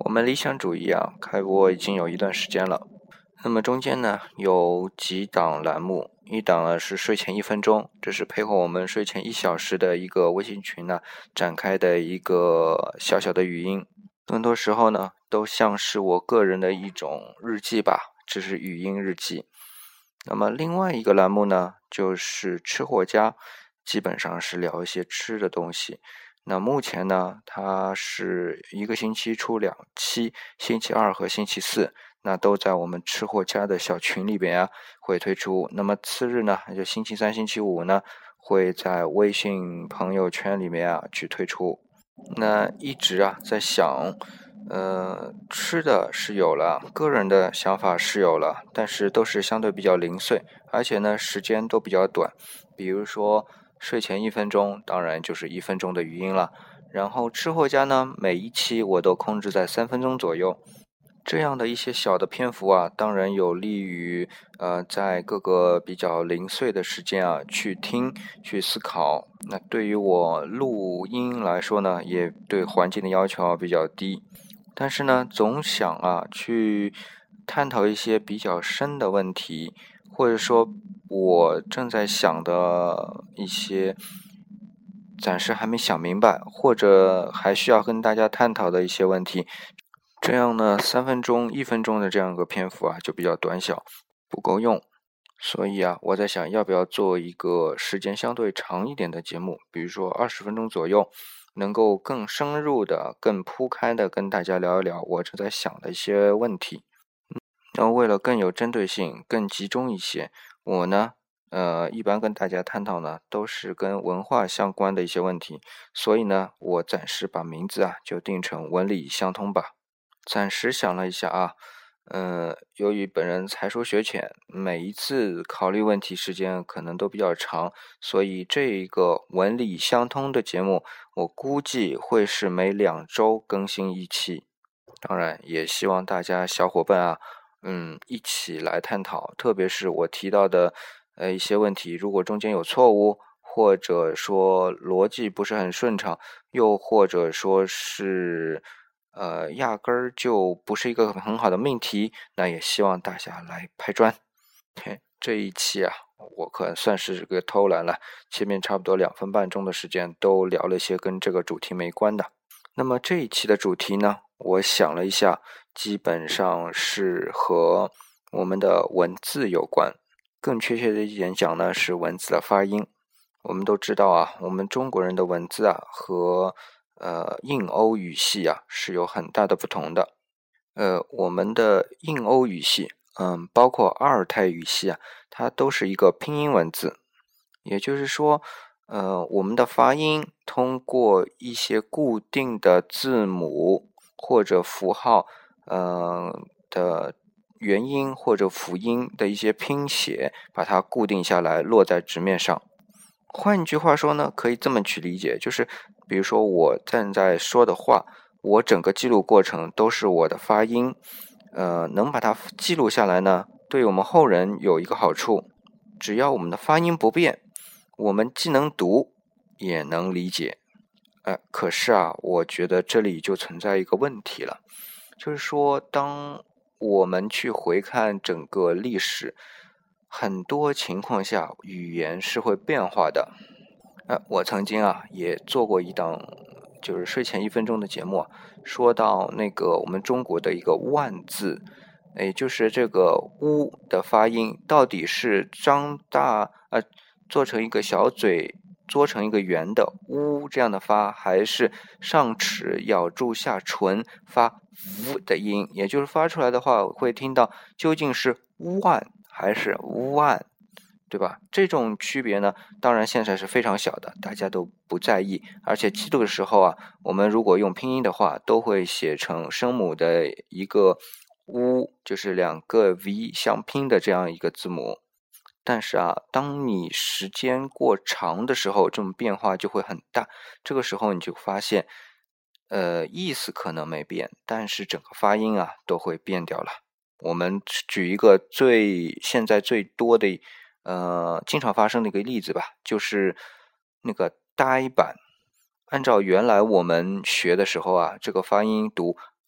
们理想主义啊，开播已经有一段时间了。那么中间呢，有几档栏目，一档呢是睡前1分钟，这是配合我们睡前1小时的一个微信群呢展开的一个小小的语音。更多时候呢，都像是我个人的一种日记吧，这是语音日记。那么另外一个栏目呢，就是吃货家，基本上是聊一些吃的东西。那目前呢，它是一个星期出2期，星期2和星期4，那都在我们吃货家的小群里边啊会推出。那么次日呢，就星期3、星期5呢，会在微信朋友圈里面啊去推出。那一直啊在想，吃的是有了，个人的想法是有了，但是都是相对比较零碎，而且呢时间都比较短。比如说睡前1分钟，当然就是1分钟的语音了。然后吃货家呢，每一期我都控制在3分钟左右。这样的一些小的篇幅啊，当然有利于在各个比较零碎的时间啊去听去思考。那对于我录音来说呢，也对环境的要求比较低。但是呢，总想啊去探讨一些比较深的问题，或者说我正在想的一些暂时还没想明白，或者还需要跟大家探讨的一些问题。这样呢，3分钟、1分钟的这样一个篇幅啊，就比较短小，不够用。所以啊，我在想要不要做一个时间相对长一点的节目，比如说20分钟左右，能够更深入的、更铺开的跟大家聊一聊我正在想的一些问题。那为了更有针对性、更集中一些，我呢，一般跟大家探讨呢，都是跟文化相关的一些问题，所以呢，我暂时把名字啊就定成文理相通吧。暂时想了一下啊，由于本人才疏学浅，每一次考虑问题时间可能都比较长，所以这一个文理相通的节目，我估计会是每2周更新一期。当然，也希望大家小伙伴啊，一起来探讨，特别是我提到的一些问题，如果中间有错误，或者说逻辑不是很顺畅，又或者说是压根儿就不是一个很好的命题，那也希望大家来拍砖。这一期啊，我可能算是个偷懒了，前面差不多2分半钟的时间都聊了一些跟这个主题没关的。那么这一期的主题呢，我想了一下，基本上是和我们的文字有关，更确切的一点讲呢，是文字的发音。我们都知道啊，我们中国人的文字啊和印欧语系啊是有很大的不同的。我们的印欧语系，包括阿尔泰语系啊，它都是一个拼音文字，也就是说，我们的发音通过一些固定的字母或者符号，的元音或者辅音的一些拼写，把它固定下来，落在纸面上。换句话说呢，可以这么去理解，就是比如说我正在说的话，我整个记录过程都是我的发音，能把它记录下来呢，对我们后人有一个好处，只要我们的发音不变，我们既能读也能理解。可是啊，我觉得这里就存在一个问题了，就是说当我们去回看整个历史，很多情况下语言是会变化的。我曾经啊也做过一档就是睡前1分钟的节目，说到那个我们中国的一个万字，就是这个乌的发音到底是做成一个小嘴嘬成一个圆的乌这样的发，还是上齿咬住下唇发呜的音，也就是发出来的话会听到究竟是万还是万，对吧？这种区别呢，当然现在是非常小的，大家都不在意。而且记录的时候啊，我们如果用拼音的话，都会写成声母的一个乌，就是2个 V 相拼的这样一个字母。但是啊，当你时间过长的时候，这种变化就会很大。这个时候你就发现，意思可能没变，但是整个发音啊都会变掉了。我们举一个现在最多的经常发生的一个例子吧，就是那个呆板。按照原来我们学的时候啊，这个发音读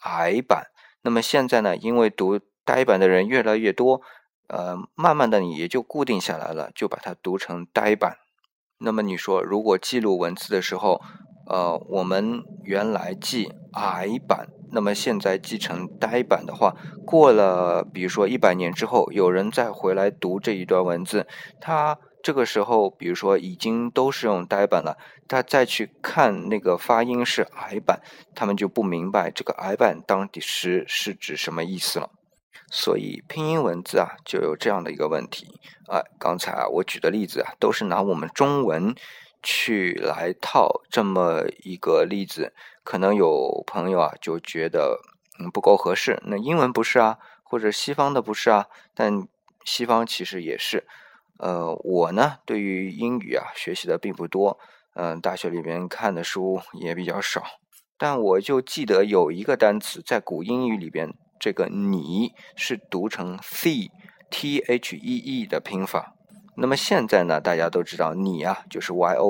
矮板。那么现在呢，因为读呆板的人越来越多，慢慢的你也就固定下来了，就把它读成呆板。那么你说，如果记录文字的时候，我们原来记矮板，那么现在记成呆板的话，过了比如说100年之后，有人再回来读这一段文字，他这个时候比如说已经都是用呆板了，他再去看那个发音是矮板，他们就不明白这个矮板到底是指什么意思了。所以拼音文字啊，就有这样的一个问题啊。刚才啊，我举的例子啊，都是拿我们中文去来套这么一个例子，可能有朋友啊就觉得不够合适。那英文不是啊，或者西方的不是啊，但西方其实也是。我呢对于英语啊学习的并不多，大学里边看的书也比较少，但我就记得有一个单词在古英语里边，这个你是读成 thee 的拼法。那么现在呢，大家都知道你啊就是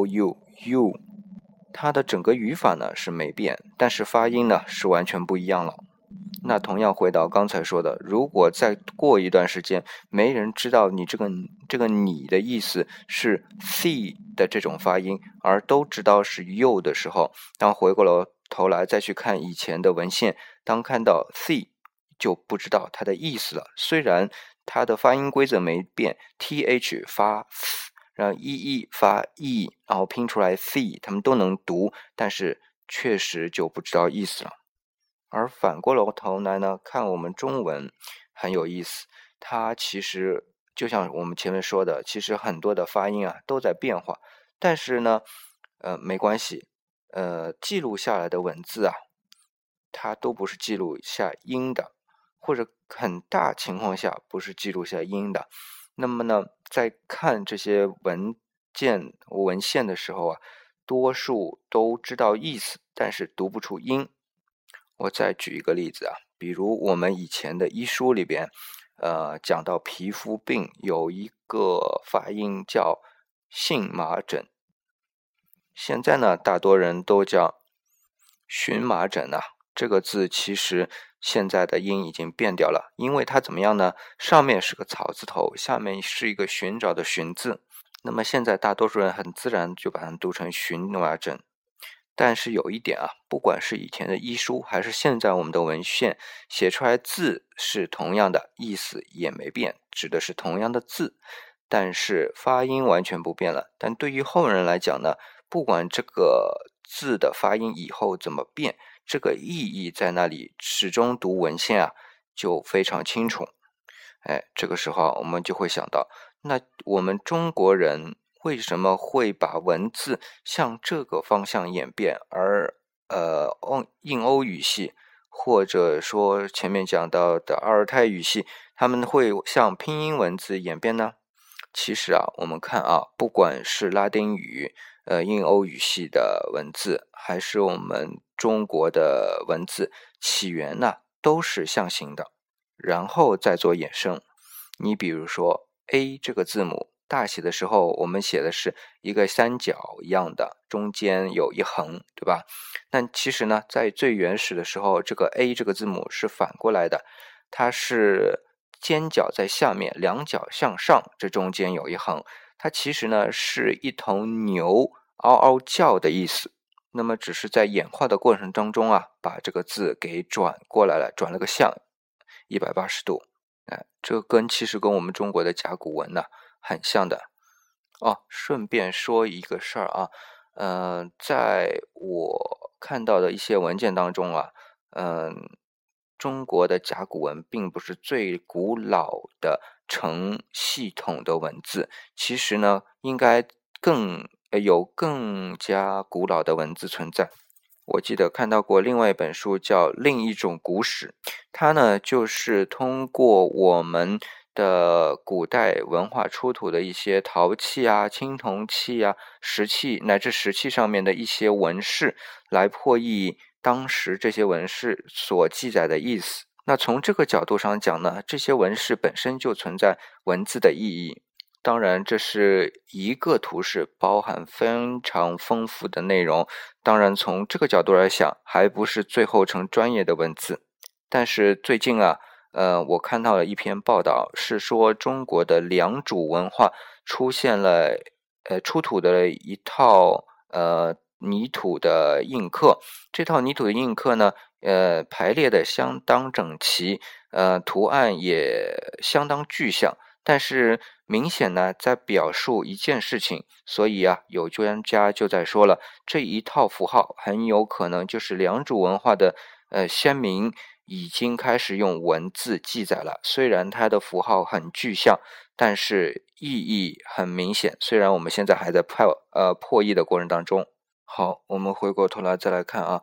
you， 它的整个语法呢是没变，但是发音呢是完全不一样了。那同样回到刚才说的，如果再过一段时间没人知道你这个你的意思是 thee 的这种发音，而都知道是 you 的时候，当回过了头来再去看以前的文献，当看到 thee 就不知道它的意思了。虽然它的发音规则没变， th 发 th， 然后 发 e， 然后拼出来 thee， 他们都能读，但是确实就不知道意思了。而反过了头来呢，看我们中文很有意思，它其实就像我们前面说的，其实很多的发音啊都在变化，但是呢，没关系，记录下来的文字啊，它都不是记录下音的，或者很大情况下不是记录下音的。那么呢，在看这些文献的时候啊，多数都知道意思，但是读不出音。我再举一个例子啊，比如我们以前的医书里边，讲到皮肤病有一个发音叫荨麻疹，现在呢大多人都叫荨麻疹啊。这个字其实现在的音已经变掉了，因为它怎么样呢？上面是个草字头，下面是一个寻找的寻字，那么现在大多数人很自然就把它读成荨麻疹。但是有一点啊，不管是以前的医书还是现在我们的文献，写出来字是同样的，意思也没变，指的是同样的字，但是发音完全不变了。但对于后人来讲呢，不管这个字的发音以后怎么变，这个意义在那里，始终读文献啊就非常清楚。这个时候我们就会想到，那我们中国人为什么会把文字向这个方向演变，而印欧语系或者说前面讲到的阿尔泰语系，他们会向拼音文字演变呢？其实啊，我们看啊，不管是拉丁语、印欧语系的文字，还是我们中国的文字，起源呢都是象形的，然后再做衍生。你比如说 A 这个字母大写的时候，我们写的是一个三角一样的，中间有一横，对吧？但其实呢，在最原始的时候，这个 A 这个字母是反过来的，它是尖角在下面，两角向上，这中间有一横，它其实呢是一头牛嗷嗷叫的意思。那么只是在演化的过程当中啊，把这个字给转过来了，转了个向180度。这其实跟我们中国的甲骨文呢很像的。顺便说一个事儿啊，在我看到的一些文件当中啊，中国的甲骨文并不是最古老的成系统的文字，其实呢，应该有更加古老的文字存在。我记得看到过另外一本书叫《另一种古史》，它呢就是通过我们的古代文化出土的一些陶器啊、青铜器啊、石器乃至石器上面的一些纹饰，来破译当时这些纹饰所记载的意思。那从这个角度上讲呢，这些纹饰本身就存在文字的意义。 当然，这是一个图示，包含非常丰富的内容。当然，从这个角度来想，还不是最后成专业的文字。但是最近啊，我看到了一篇报道，是说中国的良渚文化出现了，出土的一套泥土的印刻。这套泥土的印刻呢，排列的相当整齐，图案也相当具象。但是明显呢，在表述一件事情，所以啊，有专家就在说了，这一套符号很有可能就是良渚文化的先民已经开始用文字记载了。虽然它的符号很具象，但是意义很明显。虽然我们现在还在破译的过程当中。好，我们回过头来再来看啊，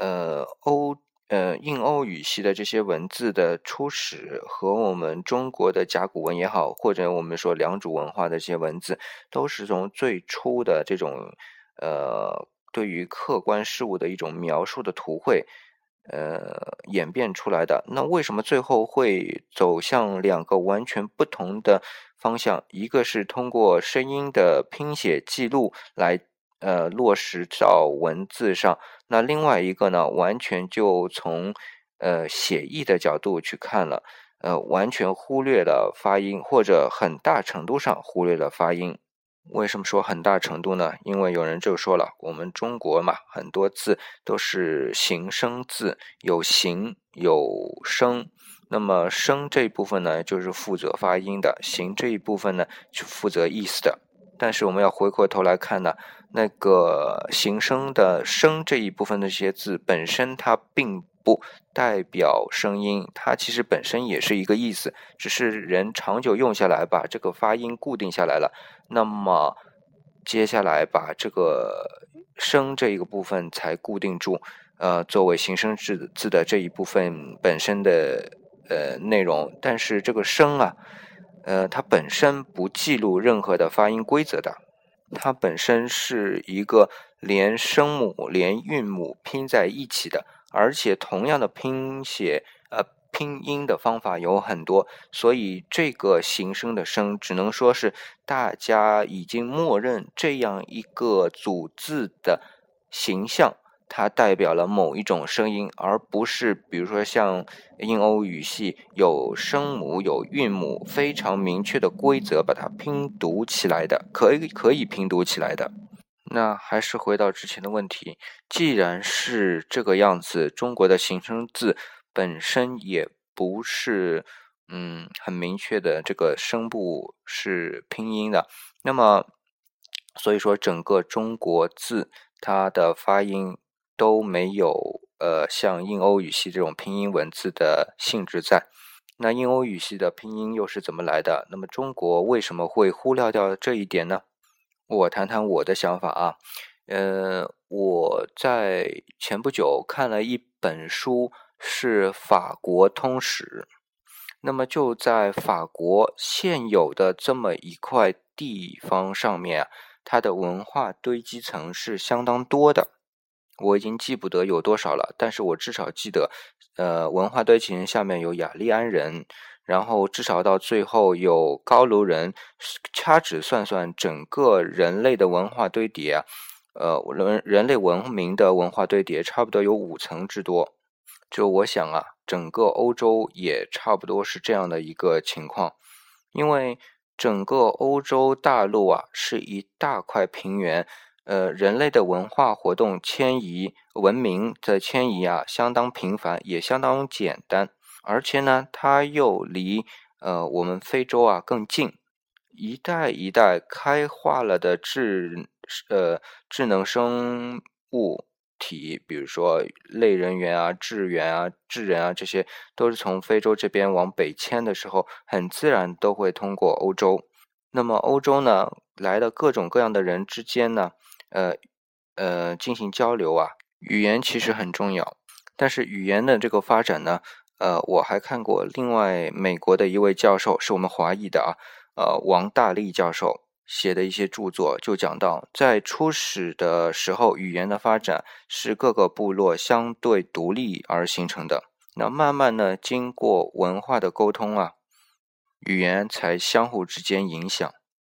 印欧语系的这些文字的初始和我们中国的甲骨文也好，或者我们说良渚文化的这些文字，都是从最初的这种对于客观事物的一种描述的图绘演变出来的。那为什么最后会走向两个完全不同的方向？一个是通过声音的拼写记录来落实到文字上，那另外一个呢，完全就从写意的角度去看了，完全忽略了发音，或者很大程度上忽略了发音。为什么说很大程度呢？因为有人就说了，我们中国嘛，很多字都是形声字，有形有声。那么声这一部分呢，就是负责发音的；形这一部分呢，就负责意思的。但是我们要回过头来看呢，那个形声的声这一部分的这些字本身，它并不代表声音，它其实本身也是一个意思，只是人长久用下来，把这个发音固定下来了。那么接下来把这个声这一个部分才固定住，作为形声字的这一部分本身的内容。但是这个声啊，它本身不记录任何的发音规则的，它本身是一个连声母连韵母拼在一起的，而且同样的拼音的方法有很多，所以这个形声的声只能说是大家已经默认这样一个组字的形象，它代表了某一种声音，而不是比如说像印欧语系有声母有韵母非常明确的规则把它拼读起来的，可以拼读起来的。那还是回到之前的问题，既然是这个样子，中国的形声字本身也不是很明确的这个声部是拼音的，那么所以说整个中国字它的发音都没有像印欧语系这种拼音文字的性质在。那印欧语系的拼音又是怎么来的？那么中国为什么会忽略掉这一点呢？我谈谈我的想法啊，我在前不久看了一本书，是法国通史。那么就在法国现有的这么一块地方上面啊，它的文化堆积层是相当多的。我已经记不得有多少了，但是我至少记得，文化堆积层下面有雅利安人，然后至少到最后有高卢人，掐指算算整个人类的文化堆叠啊，人类文明的文化堆叠差不多有5层之多。就我想啊，整个欧洲也差不多是这样的一个情况，因为整个欧洲大陆啊是一大块平原，人类的文化活动迁移、文明的迁移啊相当频繁，也相当简单，而且呢，它又离我们非洲啊更近，一代一代开化了的智能生物体，比如说类人猿啊、智猿啊、智人啊，这些都是从非洲这边往北迁的时候，很自然都会通过欧洲。那么欧洲呢，来的各种各样的人之间呢，进行交流啊，语言其实很重要。但是语言的这个发展呢，我还看过另外美国的一位教授，是我们华裔的啊，王大力教授写的一些著作，就讲到在初始的时候，语言的发展是各个部落相对独立而形成的。那慢慢呢，经过文化的沟通啊，语言才相互之间影响。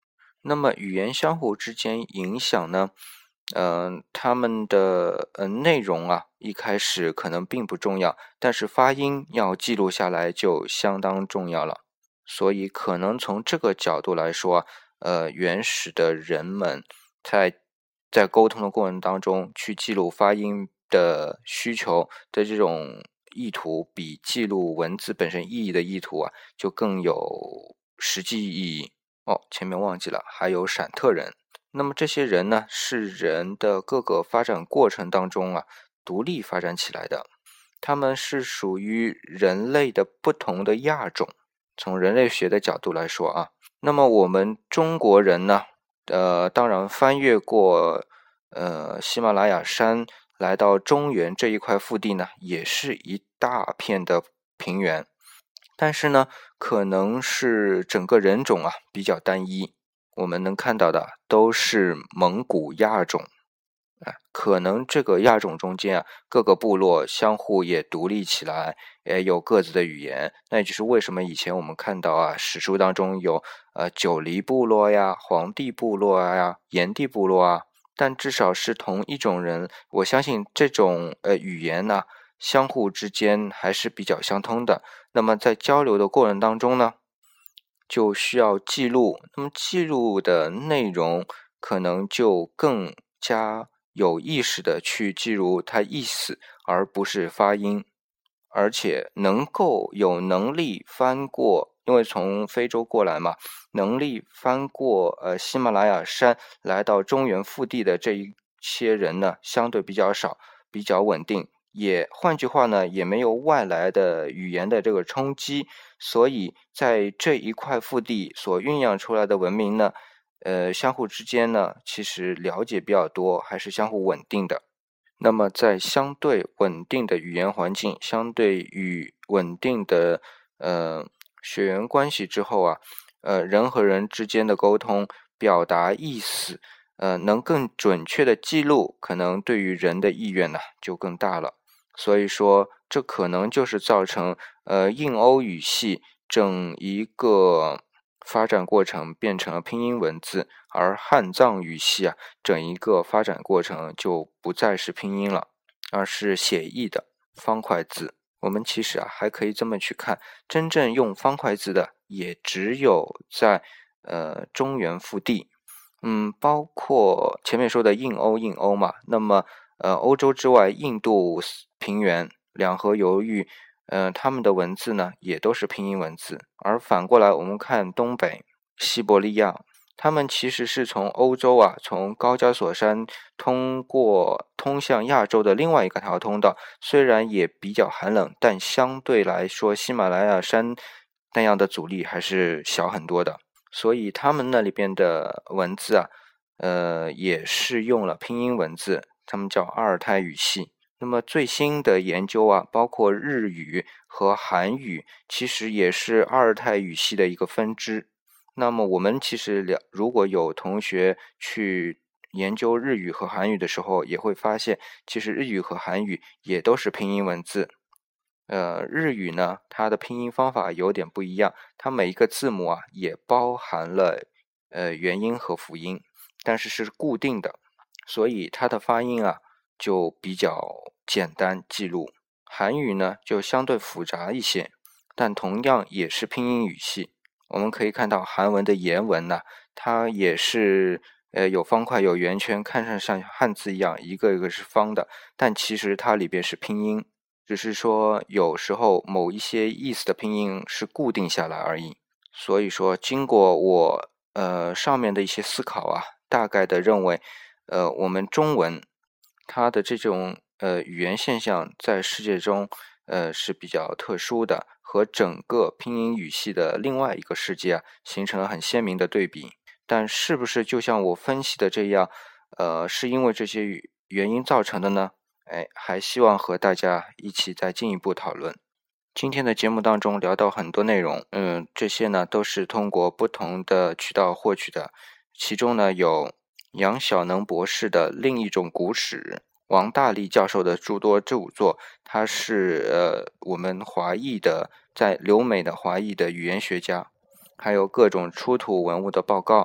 那么语言相互之间影响呢，它们的内容啊，一开始可能并不重要，但是发音要记录下来就相当重要了。所以可能从这个角度来说，原始的人们在沟通的过程当中去记录发音的需求的这种意图，比记录文字本身意义的意图啊，就更有实际意义。前面忘记了，还有闪特人。那么这些人呢，是人的各个发展过程当中啊，独立发展起来的。他们是属于人类的不同的亚种。从人类学的角度来说啊，那么我们中国人呢，当然翻越过喜马拉雅山，来到中原这一块腹地呢，也是一大片的平原。但是呢，可能是整个人种啊比较单一，我们能看到的都是蒙古亚种。可能这个亚种中间啊，各个部落相互也独立起来，也有各自的语言。那也就是为什么以前我们看到啊，史书当中有九黎部落呀、黄帝部落呀、炎帝部落啊，但至少是同一种人。我相信这种语言呢，相互之间还是比较相通的。那么在交流的过程当中呢，就需要记录。那么记录的内容可能就更加有意识的去记录它意思，而不是发音。而且有能力翻过，因为从非洲过来嘛，能力翻过喜马拉雅山来到中原腹地的这一些人呢，相对比较少，比较稳定。换句话呢，也没有外来的语言的这个冲击，所以在这一块腹地所酝酿出来的文明呢，相互之间呢，其实了解比较多，还是相互稳定的。那么在相对稳定的语言环境，相对与稳定的血缘关系之后啊，人和人之间的沟通、表达意思，能更准确的记录，可能对于人的意愿呢就更大了。所以说，这可能就是造成印欧语系整一个发展过程变成了拼音文字，而汉藏语系啊，整一个发展过程就不再是拼音了，而是写意的方块字。我们其实啊，还可以这么去看，真正用方块字的，也只有在中原腹地。包括前面说的印欧嘛，那么欧洲之外，印度平原、两河流域，他们的文字呢也都是拼音文字。而反过来，我们看东北西伯利亚，他们其实是从欧洲啊，从高加索山通向亚洲的另外一个条通道，虽然也比较寒冷，但相对来说，喜马拉雅山那样的阻力还是小很多的。所以他们那里边的文字啊，也是用了拼音文字，他们叫阿尔泰语系。那么最新的研究啊，包括日语和韩语，其实也是阿尔泰语系的一个分支。那么我们其实如果有同学去研究日语和韩语的时候，也会发现，其实日语和韩语也都是拼音文字。日语呢，它的拼音方法有点不一样，它每一个字母啊也包含了元音和辅音，但是是固定的，所以它的发音啊就比较简单记录。韩语呢就相对复杂一些，但同样也是拼音语系。我们可以看到韩文的言文呢，它也是有方块有圆圈，看上像汉字一样，一个一个是方的，但其实它里边是拼音。只是说有时候某一些意思的拼音是固定下来而已。所以说经过我上面的一些思考啊，大概的认为我们中文它的这种语言现象在世界中是比较特殊的，和整个拼音语系的另外一个世界啊形成了很鲜明的对比。但是不是就像我分析的这样是因为这些原因造成的呢？还希望和大家一起再进一步讨论。今天的节目当中聊到很多内容，这些呢都是通过不同的渠道获取的，其中呢有杨晓能博士的另一种古史，王大力教授的诸多著作，他是我们华裔的在留美的华裔的语言学家，还有各种出土文物的报告。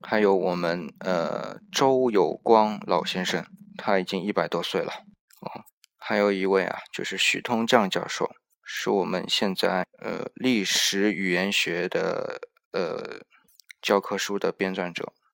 还有我们周有光老先生，他已经100多岁了还有一位就是许通将教授，是我们现在历史语言学的教科书的编撰者。